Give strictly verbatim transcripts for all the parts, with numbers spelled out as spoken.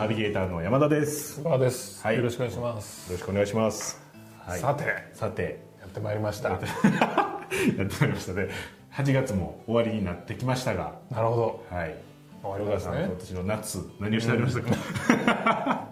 ナビゲーターの山田です。 馬です、 はい、 よろしくお願いします。 よろしくお願いします。はい、 さてさてやってまいりましたやってまいりましたね。はちがつも終わりになってきましたが、 なるほど、 はい、 終わりますね。 今年の夏何をしてありましたか？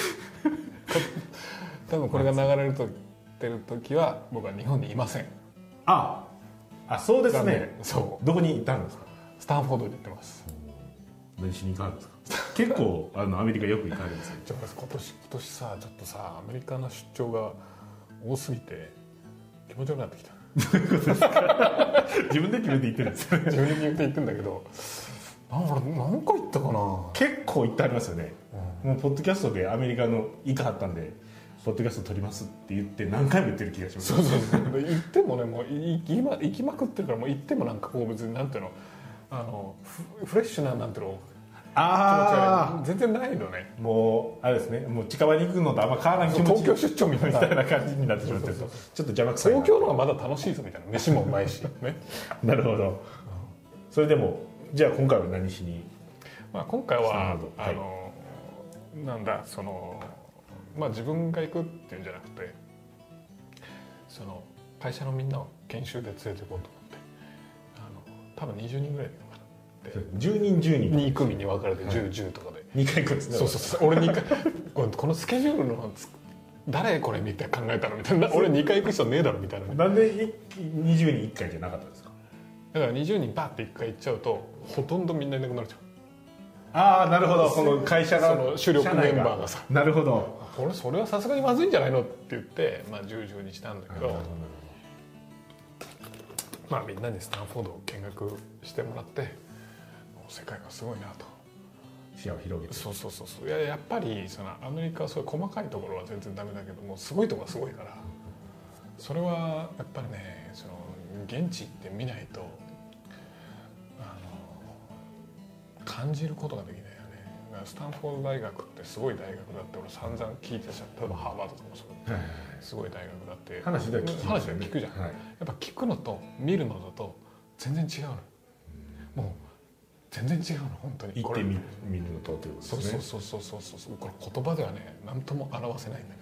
多分これが流れるとてる時は僕は日本にいません。 ああ、そうですね。 そうどこに行ったんですか？ スタンフォードに行ってます。 何しに行かはるんですか？結構あのアメリカよく行かれるんですよ。 今年今年さちょっとさアメリカの出張が多すぎて気持ちよくなってきた。 自分で決めて行ってるんですよね。 自分で決めて行ってんだけど、なんか何回行ったかな。 結構行ってありますよね、うん、もうポッドキャストでアメリカの行かはったんでポッドキャスト撮りますって言って何回も言ってる気がします。 そうそうそう。行ってもねもう行きま行きまくってるからもう行ってもなんかこう別になんていうのあの フ, フレッシュななんていうのあ全然ないのね。 もうあれですね、もう近場に行くのとあんま変わらん気持ち、 東京出張みたいな, みたいな感じになってしまってるとちょっと邪魔くさいな。 東京の方がまだ楽しいぞみたいな、飯もうまいしね。 なるほど、それでもじゃあ今回は何しに、 まあ、今回は、 はい、 あのなんだその、まあ、自分が行くっていうんじゃなくてその会社のみんなを研修で連れて行こうと思ってあの多分にじゅうにんぐらいでじゅうにんじゅうにんに組に分かれてじゅう、はい、じゅうとかでにかい行くんですね。 そうそうそう。俺にかいこのスケジュールの誰これみたいな考えたのみたいな。俺にかい行く人ねえだろみたいな。 なんでにじゅうにんいっかいじゃなかったんですか？ だからにじゅうにんバッていっかい行っちゃうとほとんどみんないなくなるじゃん。 ああ、なるほど。この会社がその主力メンバーがさ、 なるほど、 俺それはさすがにまずいんじゃないのって言って、まあ、じゅうじゅうにしたんだけど、まあみんなにスタンフォードを見学してもらって世界がすごいなと視野を広げて。 そうそうそうそう。いややっぱりそのアメリカはそういう細かいところは全然ダメだけどもすごいところはすごいからそれはやっぱりねその現地行ってみないとあの感じることができないよね。だからスタンフォード大学ってすごい大学だって俺散々聞いてたし、例えばハーバードとかもそう、はい、すごい大学だって話では聞く、 話では聞くじゃん、はい、やっぱ聞くのと見るのだと全然違うの、うん、もう全然違うの本当に。 行ってみ見るのとということですね。 そうそうそうそうそう。これ言葉ではね何とも表せないんだ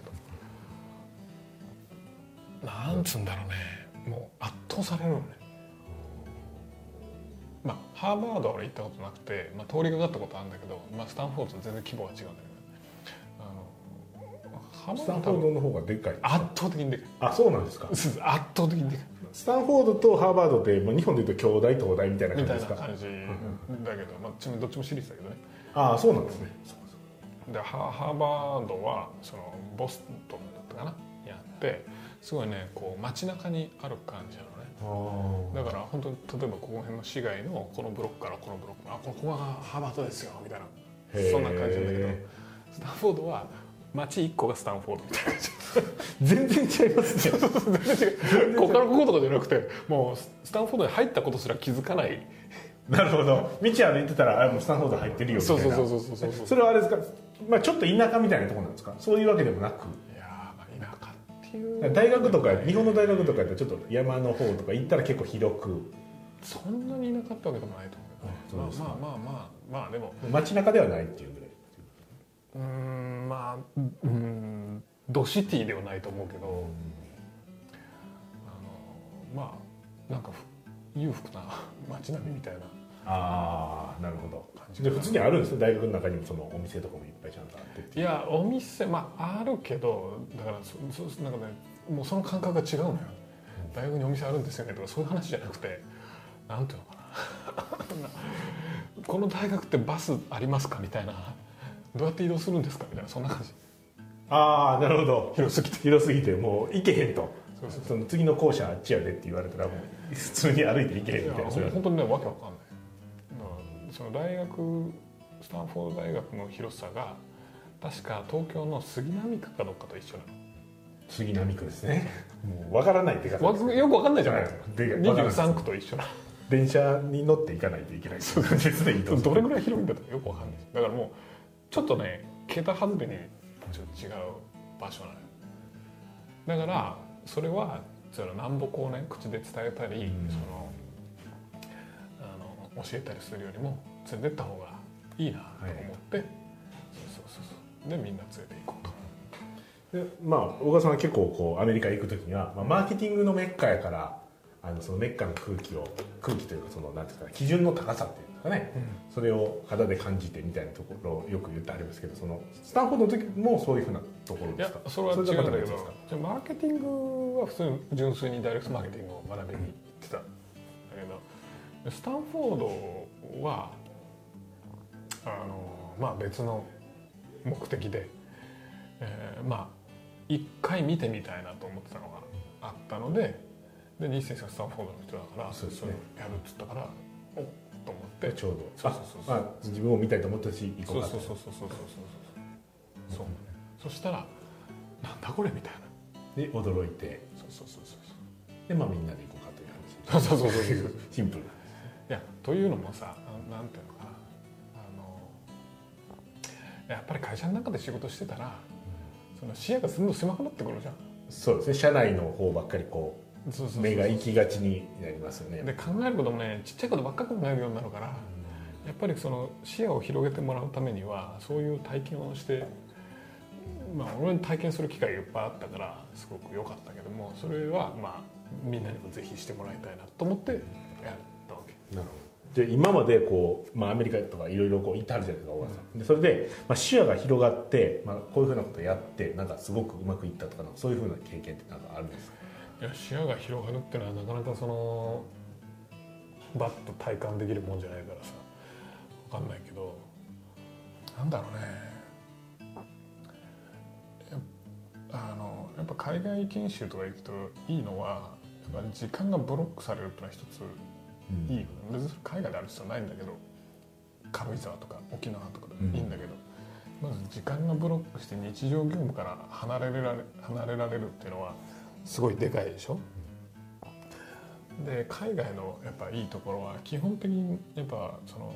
けど、なんつうんだろうね、もう圧倒されるのね。まあハーバードは俺行ったことなくて、まあ、通りがかったことあるんだけど、まあ、スタンフォードと全然規模が違うんだけど、あのスタンフォードの方がでかい。 圧倒的にでかい。 あ、そうなんですか。 圧倒的にでかい。 スタンフォードとハーバードって、まあ、日本でいうと京大東大みたいな感じですか？ みたいな感じだけど、まあ、ちなみにどっちも私立だけどね。 ああ、そうなんですね。 でハーバードはそのボストンだったかなやってすごいねこう街中にある感じなのね。だから本当に例えばここの辺の市街のこのブロックからこのブロック、あここがハーバードですよみたいなそんな感じなんだけど、スタンフォードは街いっこがスタンフォードみたいな感じ。 全然違いますね。 全然違う。ここからこことかじゃなくてもうスタンフォードに入ったことすら気づかない。 なるほど。道歩いてたらあもうスタンフォード入ってるよみたいな。 そうそうそうそうそうそう。 それはあれですか、まあ、ちょっと田舎みたいなところなんですか？そういうわけでもなく。 いや田舎っていう大学とか日本の大学とかやったらちょっと山の方とか行ったら結構広く。 そんなに田舎ってわけでもないと思うけど、ね、まあまあまあまあまあでも街中ではないっていうぐらい。 うーんまあうんドシティではないと思うけど、うん、あのまあなんか裕福な街並みみたいな。ああなるほど。で普通にあるんですね、大学の中にもそのお店とかもいっぱいちゃんとあってっていう。 いやお店まああるけどだからそそなんかねもうその感覚が違うのよ、うん、大学にお店あるんですよねとかそういう話じゃなくてなんていうのかなこの大学ってバスありますかみたいな、どうやって移動するんですかみたいなそんな感じ。 ああなるほど。 広すぎて広すぎてもう行けへんと。そうそうその次の校舎あっちやでって言われたらもう普通に歩いて行けへんみたいな。いや本当にねわけわかんない。その大学スタンフォード大学の広さが確か東京の杉並区かどっかと一緒なの。 杉並区ですね。もう分からないってかよく分かんないじゃないですか。にじゅうさん区と一緒な。 電車に乗って行かないといけないですね。 どれぐらい広いんだとよく分かんない。だからもうちょっとね桁外れにちょっと違う場所なのよ。だからそれはその南北をね口で伝えたり、うん、そのあの教えたりするよりも連れてった方がいいなと思って、はい、そうそうそうでみんな連れて行こうと。 でまあ大川さんは結構こうアメリカ行く時には、まあ、マーケティングのメッカやからあのそのメッカの空気を空気というかそのなんていうか基準の高さっていうんですかね、うん、それを肌で感じてみたいなところをよく言ってありますけど、そのスタンフォードの時もそういうふうなところですか？ いやそれは違うんだけど、じゃマーケティングは普通に純粋にダイレクトマーケティングを学びに行ってたんだけど、スタンフォードはあのまあ別の目的で、えー、まあ一回見てみたいなと思ってたのがあったので。で西先生がスタンフォードの人だからそれやるっつったからおっと思ってちょうどそうそうそうそう、 あ、自分を見たいと思ったし行こうかと。 そうそうそうそうそうそうそうそう、そしたらなんだこれみたいなで驚いて、 そうそうそうそうでまあみんなで行こうかという話。 そうそうそうそうシンプルな。いやというのもさ、なんていうのかな、あのやっぱり会社の中で仕事してたら、うん、その視野がどんどん狭くなってくるじゃん。そうですね、社内の方ばっかりこうそうそうそう目が行きがちになりますよね。 で考えることもね、ちっちゃいことばっか考えるようになるから、やっぱりその視野を広げてもらうためにはそういう体験をして、まあ俺に体験する機会がいっぱいあったからすごく良かったけども、それはまあみんなにもぜひしてもらいたいなと思ってやったわけ。 なるほど。で今までこう、まあ、アメリカとかいろいろ行ってあるじゃないですか、小川さん。でそれで、まあ、視野が広がって、まあ、こういうふうなことをやってなんかすごくうまくいったとか、そういうふうな経験ってなんかあるんですか？ いや視野が広がるっていうのはなかなかそのバッと体感できるもんじゃないからさ分かんないけど、なんだろうね、やあのやっぱ海外研修とか行くといいのはやっぱ時間がブロックされるっていうのは一ついい、うん、別に海外である必要ないんだけど、軽井沢とか沖縄とかでいいんだけど、うん、まず時間がブロックして日常業務から離れられ離れられるっていうのはすごいでかいでしょ。で海外のやっぱいいところは基本的にやっぱその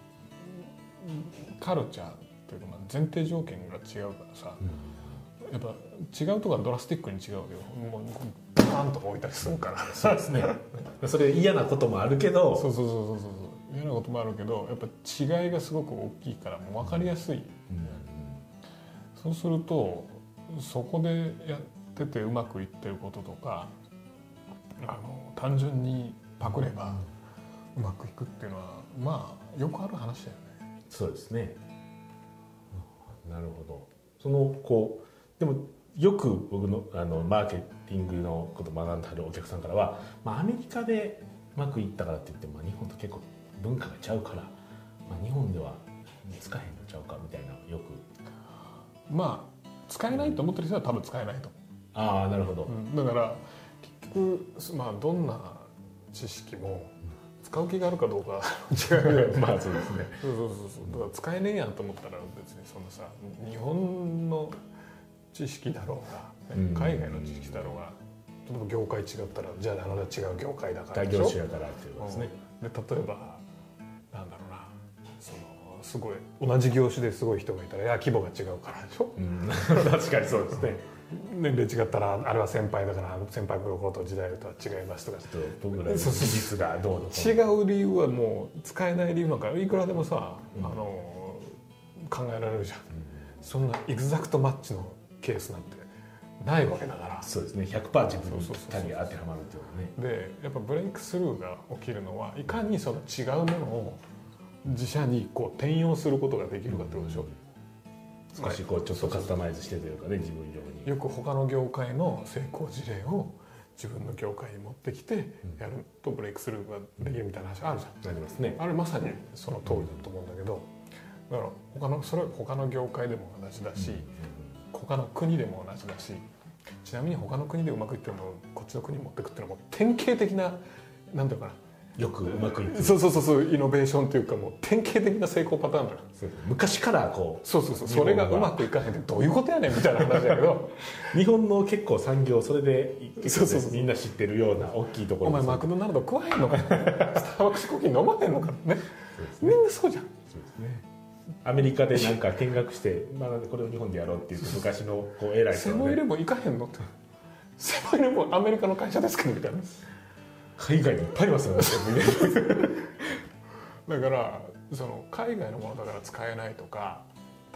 カルチャーというか前提条件が違うからさ、うん、やっぱ違うところはドラスティックに違うよ。もうバーンとか置いたりするからそうですねそれ嫌なこともあるけど、 そうそうそうそうそう嫌なこともあるけどやっぱ違いがすごく大きいからもう分かりやすい、うん、そうするとそこでやっててうまくいってることとか、あの単純にパクればうまくいくっていうのはまあよくある話だよね。 そうですね。なるほど。そのこうでもよく僕のあのマーケティングのことを学んではるお客さんからは、まあ、アメリカでうまくいったからって言っても、まあ、日本と結構文化がちゃうから、まあ、日本では使えへんのちゃうかみたいなよくまあ使えないと思ってる人は多分使えないと思う。 ああなるほど、 うん、だから結局、まあ、どんな知識も使う気があるかどうか違うまあそうですね。 そうそうそうそうだから使えねえやんと思ったら別にそのさ日本の知識だろうが、ね、海外の知識だろうが、例えば業界違ったらじゃああなた違う業界だからでしょ。 他業種やからっていうことですね、 うん、で例えばなんだろうな、そのすごい同じ業種ですごい人がいたらいや規模が違うからでしょ、うん、 確かにそうですね。 年齢違ったらあれは先輩だから先輩のこと時代とは違いますとか、 ちょっと僕らの技術がどうの違う理由はもう使えない理由なんかいくらでもさ、うん、あの考えられるじゃん、うん、そんなエグザクトマッチのケースなんてないわけだから。 そうですね。 ひゃくパーセント 自分にぴったり当てはまるっていうのね。 でやっぱブレイクスルーが起きるのはいかにその違うものを自社にこう転用することができるかってことでしょ、うん少しこうちょっとカスタマイズしてというかね、自分用に。 よく他の業界の成功事例を自分の業界に持ってきてやるとブレイクスルーができるみたいな話あるじゃん。 ありますね。 あれまさにその通りだと思うんだけど、だから他のそれ他の業界でも同じだし、他の国でも同じだし、ちなみに他の国でうまくいってるのをこっちの国に持ってくっていうのはもう典型的ななんていうかな。 よくうまくいく。 そうそうそうそうイノベーションというかもう典型的な成功パターンだよ。 昔からこうそうそうそうそれがうまくいかないってどういうことやねんみたいな話だけど日本の結構産業それでそうそうそうみんな知ってるような大きいところ。 お前マクドナルド食わへんのかスターバックスコーヒー飲まへんのかね。みんなそうじゃん。 そうですね。アメリカでなんか見学して、まあ、これを日本でやろうって言って昔のこう偉い人セブンイレブン行かへんのってセブンイレブンアメリカの会社ですけどみたいな。 海外にいっぱいありますよねだからその海外のものだから使えないとか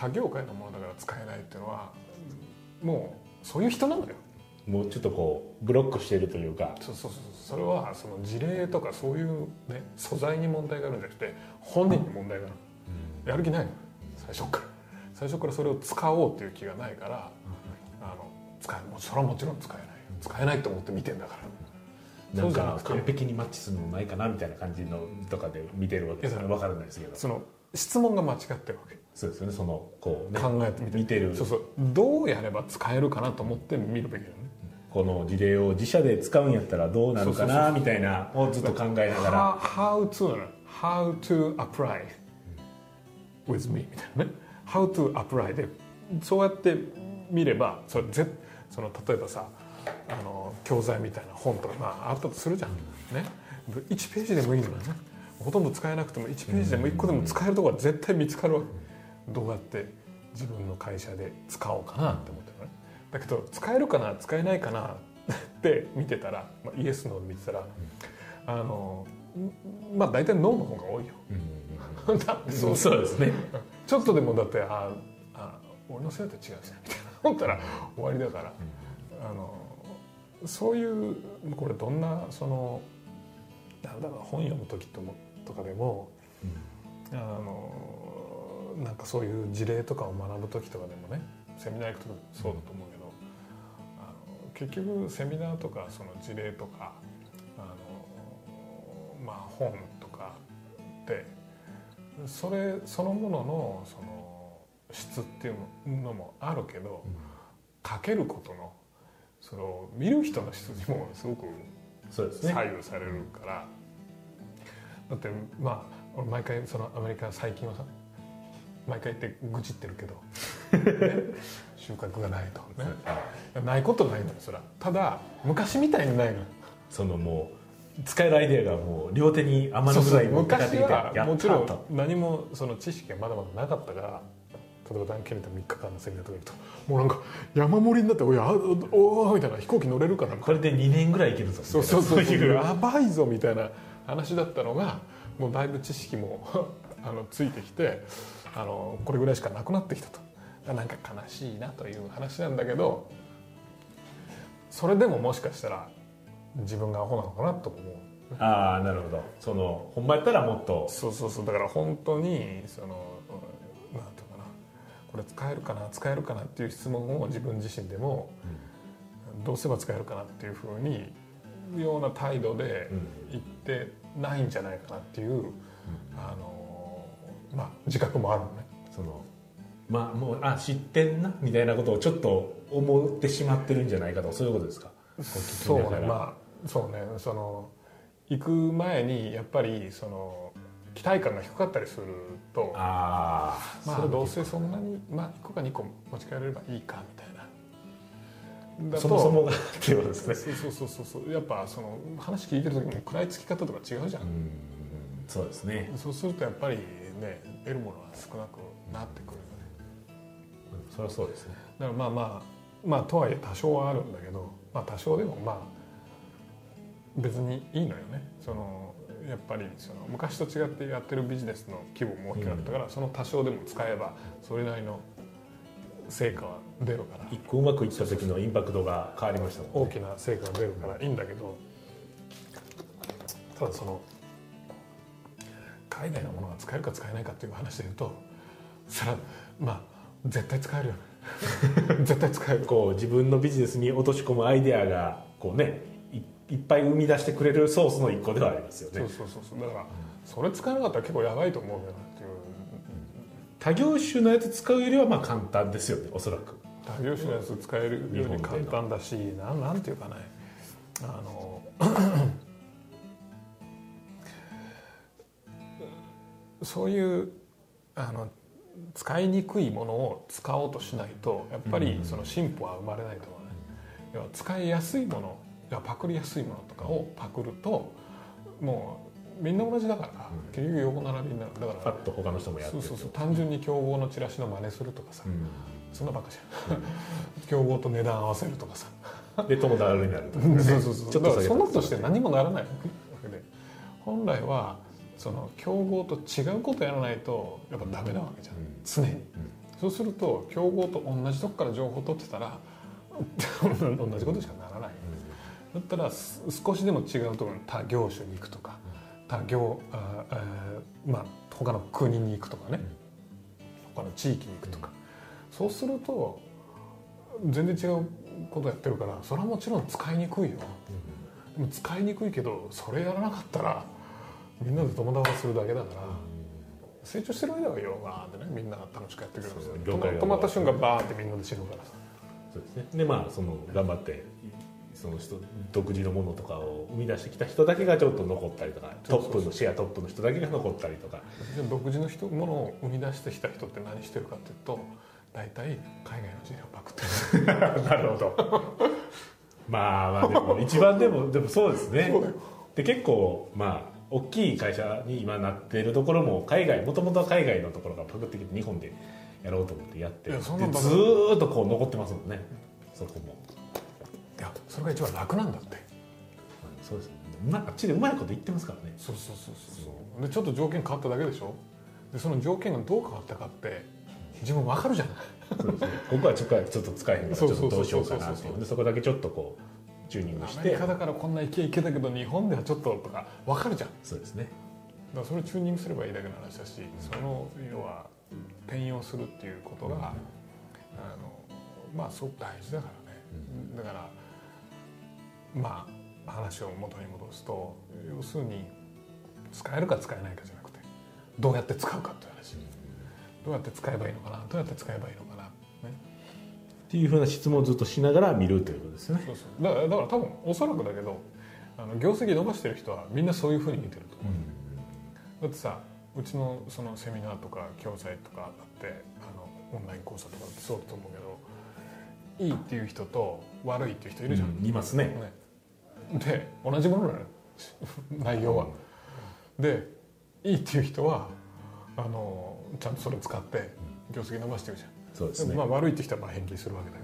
他業界のものだから使えないっていうのはもうそういう人なのよ。 もうちょっとこうブロックしてるというか。 そうそうそう。それはその事例とかそういうね素材に問題があるんじゃなくて本人に問題がある、うん、やる気ないの最初から最初からそれを使おうっていう気がないから、うん、あの使えもそれはもちろん使えない、うん、使えないと思って見てんだから、 なんか完璧にマッチするのないかなみたいな感じのとかで見てるわけですから分からないですけど、 その質問が間違ってるわけ。 そうですよね。そのこう、ね、 考えてみて見てる。 そうそう。どうやれば使えるかなと思って見るべきだよね。 この事例を自社で使うんやったらどうなるかなみたいなをずっと考えながら。 How to how to apply with me みたいなね。How to apply でそうやって見ればそれぜその例えばさあの教材みたいな本とか、まあ、あったとするじゃん、ね、いちページでもいいのよね。ほとんど使えなくてもいちページでもいっこでも使えるところは絶対見つかるわけ。どうやって自分の会社で使おうかなって思ってるね。だけど使えるかな使えないかなって見てたら、まあ、イエスノー見てたら、うん、あのまあ大体ノーの方が多いよ、うん、だってそう、 そうですね。 ちょっとでもだってああ俺のせいだと違うじゃんみたいな思ったら終わりだから、うん、あのそういうこれどんなそのなんだろう本読む時ともとかでも、うん、あのなんかそういう事例とかを学ぶ時とかでもねセミナー行くとかそうだと思うけど、あの結局セミナーとかその事例とかあの、まあ、本とかってそれそのもののその質っていうのもあるけど、うん、書けることのその見る人の質にもすごく左右されるから、だってまあ俺毎回そのアメリカ最近はさ毎回言って愚痴ってるけど、ね、収穫がないと、ね、ないことないのよそれは。ただ昔みたいにないのよ。そのもう使えるアイデアがもう両手に余るぐらい持って帰ってきて、昔はもちろん何もその知識がまだまだなかったから、例えばダン・ケネタみっかかんのセミナーとか行くともうなんか山盛りになって「おやおお」みたいな、飛行機乗れるかな、 これでにねんぐらいいけるぞ、 そうそうそうそうやばいぞみたいな話だったのが、もうだいぶ知識もあのついてきて、あのこれぐらいしかなくなってきたと。なんか悲しいなという話なんだけど、それでももしかしたら自分がアホなのかなと思う。 ああなるほど。そのほんまやったらもっとそうそうそう、だから本当にそのなんていうかな、これ使えるかな使えるかなっていう質問を自分自身でも、うん、どうすれば使えるかなっていうふうにような態度で言ってないんじゃないかなっていう、うん、あのまあ自覚もあるのね。 そのまあもうあ知ってんなみたいなことをちょっと思ってしまってるんじゃないかと、そういうことですか。 そうね、まあそうね、その行く前にやっぱりその期待感が低かったりすると、 あまあどうせそんなにまあいっこかにこ持ち帰れればいいかみたいな。だとそもそもがっていうことですね。 そうそうそうそう、やっぱその話聞いてる時も食らいつき方とか違うじゃん。うん、 そうですね。 そうするとやっぱりね得るものは少なくなってくるよね。 それはそうですね。 だからまあまあまあとはいえ多少はあるんだけど、まあ多少でもまあ別にいいのよね。そのやっぱりその昔と違ってやってるビジネスの規模も大きくなったから、うん、その多少でも使えばそれなりの成果は出るから、 一個うまくいった時のインパクトが変わりましたもんね。 大きな成果が出るからいいんだけど、ただその海外のものが使えるか使えないかっていう話で言うと、それはまあ絶対使えるよね絶対使える。 こう自分のビジネスに落とし込むアイデアがこうね い, いっぱい生み出してくれるソースの一個ではありますよね。 そうそうそうそう、だからそれ使えなかったら結構やばいと思うんだよなっていう。 他業種のやつ使うよりはまあ簡単ですよね、おそらく。 他業種のやつ使えるより簡単だし、なん、なんていうかね、あのそういうあの使いにくいものを使おうとしないとやっぱりその進歩は生まれないと思うね。要は使いやすいもの、パクりやすいものとかをパクるともうみんな同じだから、うん、結局横並びになる。だからパッと他の人もやってる。 そうそうそう、単純に競合のチラシの真似するとかさ、うん、そんなばっかじゃん、うん、競合と値段合わせるとかさで友達になるとか、 ね、そうそうそう、ちょっとそんなことして何もならないわけで、本来はその競合と違うことやらないとやっぱダメなわけじゃん、うん、常に、うん、 そうすると競合と同じとこから情報を取ってたら同じことしかならない、うん、だったら少しでも違うところに他業種に行くとか他業あ、えーまあ、他の国に行くとかね、うん、他の地域に行くとか、うん、そうすると全然違うことやってるからそれはもちろん使いにくいよ、うん、でも使いにくいけどそれやらなかったらみんなで友達するだけだから、うん、成長してる間はいいよわーってねみんな楽しくやってくれるんですよ。止まった瞬間バーってみんなで死ぬからさ。 そうですね。でまあその頑張ってその人独自のものとかを生み出してきた人だけがちょっと残ったりとか、トップのシェアトップの人だけが残ったりとか。 じゃあ独自の人ものを生み出してきた人って何してるかっていうと大体海外の事例をパクってるなるほどまあまあでも一番でもでもそうですね。そうだよ。で結構まあ大きい会社に今なっているところも海外もともとは海外のところがパクってきて日本でやろうと思ってやってでずーっとこう残ってますもんね、そこも。 いやそれが一番楽なんだって、 うん、そうですね。あっちでうまいこと言ってますからね。 そうそうそうそうでちょっと条件変わっただけでしょ。でその条件がどう変わったかって自分分かるじゃないそうですね。ここはちょっと使えへんからちょっとどうしようかなっていうでそこだけちょっとこうチューニングしてアメリカだからこんなイケイケだけど日本ではちょっととか分かるじゃん。 そうですね。 だからそれをチューニングすればいいだけの話だし、その要は転用するっていうことが、うん、あのまあすごく大事だからね、うん、だからまあ話を元に戻すと要するに使えるか使えないかじゃなくてどうやって使うかっていう話、うん、どうやって使えばいいのかなどうやって使えばいいのかな、ね、 っていうふうな質問をずっとしながら見るということですね。 そうそうだから、だから多分おそらくだけどあの業績伸ばしてる人はみんなそういうふうに見てると思う、うんだってさうちのそのセミナーとか教材とかだってあのオンライン講座とかだってそうだと思うけどいいっていう人と悪いっていう人いるじゃん、 うん、いますね。 ねで同じものなの内容は、うん、でいいっていう人はあのちゃんとそれ使って業績伸ばしてるじゃん。 そうですね。 でまあ、悪いって人はまあ返金するわけだ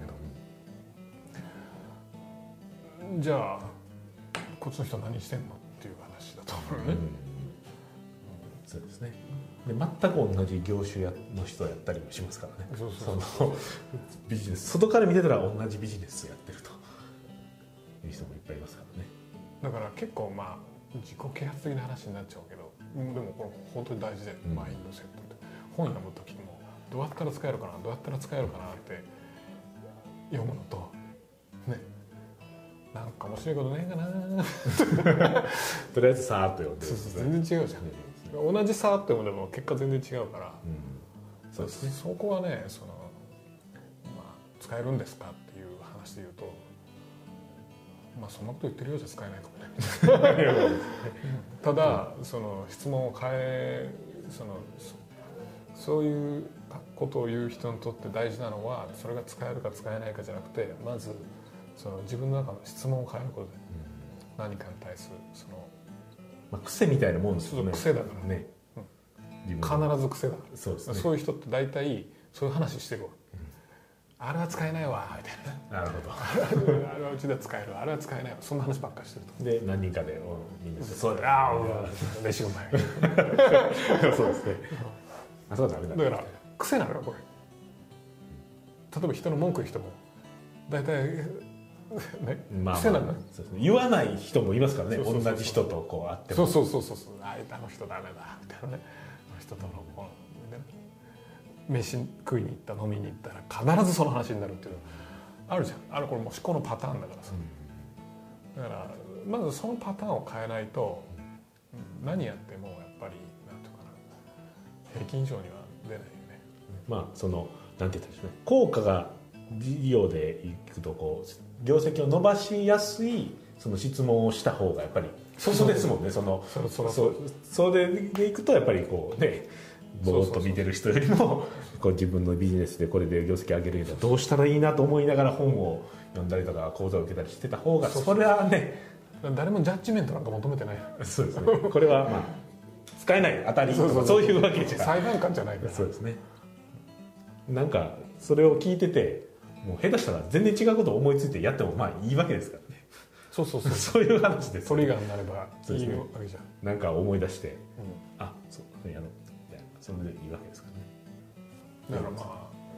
けど、うん、じゃあこっちの人は何してんのっていう話だと思うね、うんそうですね。で全く同じ業種やの人やったりもしますからね。 そうそうそのビジネス外から見てたら同じビジネスやってるという人もいっぱいいますからね。 だから結構まあ自己啓発的な話になっちゃうけど、でもこれ本当に大事で、うん、マインドセットって本読む時もどうやったら使えるかなどうやったら使えるかなって読むのとねなんか面白いことねえかなとりあえずさーっと読んでる、 そうそう全然違うじゃん、ね同じさってもでも結果全然違うから、うん、そうですね、そこはねその、まあ、使えるんですかっていう話で言うとまあそんなこと言ってるようじゃ使えないかもねただその質問を変えそのそそういうことを言う人にとって大事なのはそれが使えるか使えないかじゃなくてまずその自分の中の質問を変えることで、うん、何かに対するそのまあ、癖みたいなもんですよね。 癖だからね、うん、必ず癖だ。 そうですね。 そういう人って大体そういう話してるわ、うん、あれは使えないわみたいな。なるほどあれはうちでは使えるあれは使えないわそんな話ばっかりしてるとで何人かでみんなでそうだああ飯うまいそうですねあそうだダメだだから癖なのよこれ。例えば人の文句言う人も大体ね、まあまあ、癖なんだ、 そうですね、言わない人もいますからね。同じ人とこう会ってもそうそうそうそうああの人ダメだみたいなねあの人とのこう、ね、飯食いに行った飲みに行ったら必ずその話になるっていうのあるじゃん。あれこれもう思考のパターンだからさ、うん、だからまずそのパターンを変えないと何やってもやっぱりなんていうかな平均以上には出ないよね。 まあそのなんて言ったんでしょうね、効果が事業でいくとこう業績を伸ばしやすいその質問をした方がやっぱりそうですもんね。そのそそそそれでいくとやっぱりこうねぼーっと見てる人よりもこう自分のビジネスでこれで業績上げるにはどうしたらいいなと思いながら本を読んだりとか講座を受けたりしてた方がそれはね誰もジャッジメントなんか求めてない。 そうですね。これはまあ使えない当たりとかそういうわけじゃ裁判官じゃないから。 そうですね。なんかそれを聞いててもう下手したら全然違うことを思いついてやってもまあいいわけですからね。 そうそうそうそういう話です、ね、 トリガーになればいいわけじゃん、 ね、なんか思い出して、うん、あそうやろうそれでいいわけですからね。 だからまあ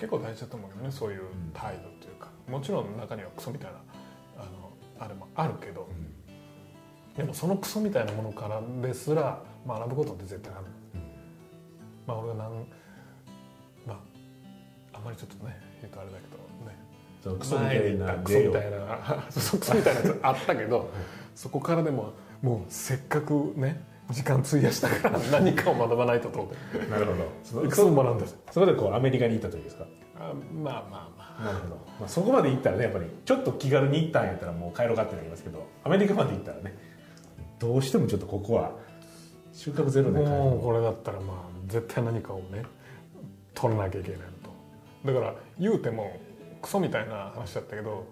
結構大事だと思うけどね、そういう態度というか、もちろん中にはクソみたいなあのあれもあるけど、うん、でもそのクソみたいなものからですら学ぶことって絶対ある、うん、まあ俺がなんまああんまりちょっとね言うとあれだけどね、 そのクソみたいなクソみたいなクソみたいなやつあったけどそこからでももうせっかくね時間費やしたから何かを学ばないとと思ってなるほど、 クソを学んだ。 そこでこうアメリカに行った時ですか？ あまあまあまあなるほど、まあ、そこまで行ったらねやっぱりちょっと気軽に行ったんやったらもう帰ろうかってなりますけど、アメリカまで行ったらねどうしてもちょっとここは収穫ゼロで帰る。 もうこれだったらまあ絶対何かをね取らなきゃいけないのと、だから言うてもクソみたいな話だったけど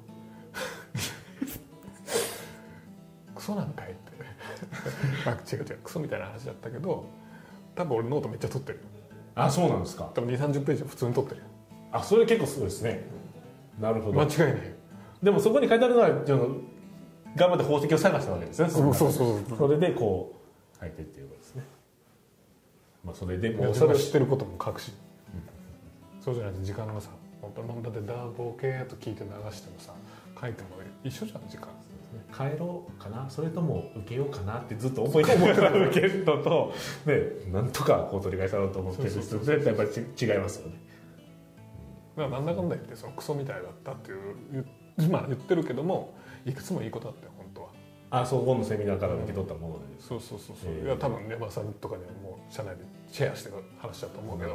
クソなんかいってあ違う違うクソみたいな話だったけど、多分俺ノートめっちゃ取ってるよ。 あ、そうなんですか。 多分にじゅうさんじゅっページは普通に取ってるよ。 あ、それ結構すごいですね。なるほど、 間違いないよ。 でもそこに書いてあるのはちょっと頑張って宝石を探したわけですね。 そうそうそうそう、 それでこう書いてっていうことですね。まあそれでもうそれを知ってることも隠し、うん、そうじゃないと時間がさ本当飲んだでダーボー系と聞いて流してもさ書いても一緒じゃん時間。 帰ろうかなそれとも受けようかなってずっと覚えて思ったら受けるのと、ね、なんとかこう取り返さろうと思ってる人とやっぱり違いますよね。 だからなんだかんだ言ってそのクソみたいだったっていう今言ってるけどもいくつもいいことだったよ本当は。 あ、そう今度セミナーから受け取ったもので、 うん、そうそうそうそう、えー、いや多分山田さんとかにはもう社内でシェアしてる話だと思うけど、あの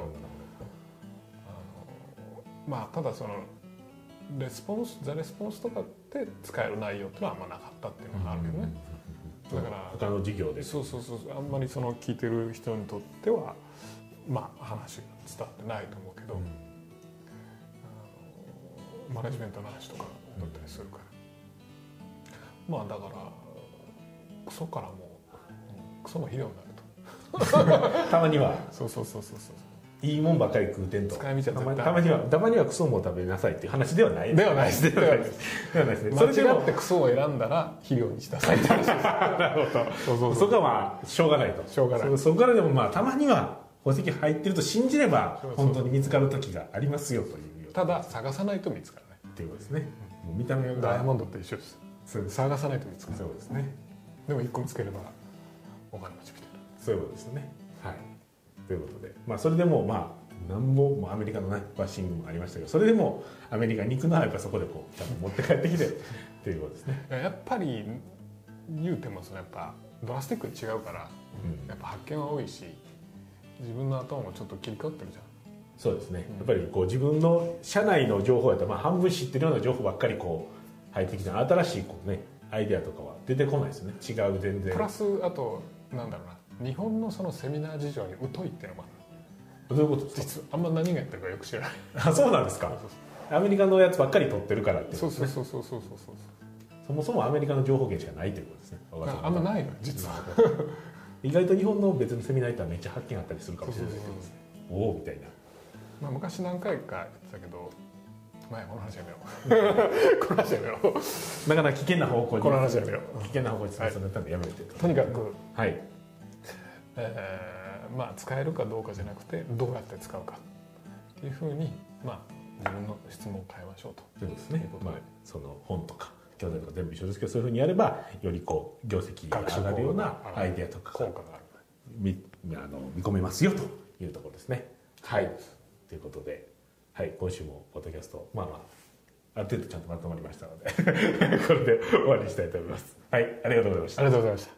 まあただそのレスポンスザレスポンスとかって使える内容っていうのはあんまなかったっていうのがあるけどね、だから他の授業でそうそうそうあんまりその聞いてる人にとってはまあ話が伝わってないと思うけど、うん、あのマネジメントの話とかだったりするから、うん、まあだからクソからもうクソも肥料になるとたまにはそうそうそうそうそういいもんばっかり食うてんと使い道は絶対たまにはたまにはクソも食べなさいっていう話ではないではないですではないですではないですね。 間違ってクソを選んだら肥料にしなさいって話ですなるほどそうそうそうそこはまあしょうがないとしょうがないそ, そこからでもまあたまには宝石入ってると信じれば本当に見つかる時がありますよというただ探さないと見つからないっていうことですね。もう見た目がダイヤモンドと一緒です。そう探さないと見つかる。 そうですね。 でも一個見つければお金持ちみたいなそういうことですね。はいということでまあそれでもまあなんぼもアメリカのねバッシングもありましたけど、それでもアメリカに行くのはやっぱりそこでこうちゃんと持って帰ってきてっていうことですね。 やっぱり言うてもそのやっぱドラスティックに違うから、うん、やっぱ発見は多いし自分の頭もちょっと切り替わってるじゃん。 そうですね、うん、やっぱりこう自分の社内の情報やったらまあ半分知ってるような情報ばっかりこう入ってきて新しいこうねアイデアとかは出てこないですね。違う全然プラスあとなんだろうな日本のそのセミナー事情に疎いっていうのもある。 どういうことですか？ 実はあんま何がやってるかよく知らない。 あ、そうなんですか。そうそうそう、アメリカのやつばっかり取ってるからっていうことですね。 そうそうそうそうそうそうそもそもアメリカの情報源しかないということですね。 あんまないの実は意外と日本の別のセミナー行ったらめっちゃ発見あったりするかもしれないですけど、おおみたいな、 まあ、昔何回かやってたけど前この話やめようこの話やめようなかなか危険な方向にこの話やめよう危険な方向に進めそうになったんでやめて、はい、 とにかくはい、 えーまあ、使えるかどうかじゃなくてどうやって使うかっていうふうに、まあ、自分の質問を変えましょうと。 そうですね。まあ、その本とか教材とか全部一緒ですけどそういうふうにやればよりこう業績が上がるようなアイデアとか効果がある見あの見込めますよというところですね。はいということで、はい、今週もポッドキャストまあまあある程度ちゃんとまとまりましたのでこれで終わりにしたいと思います。はい、ありがとうございました。 ありがとうございました。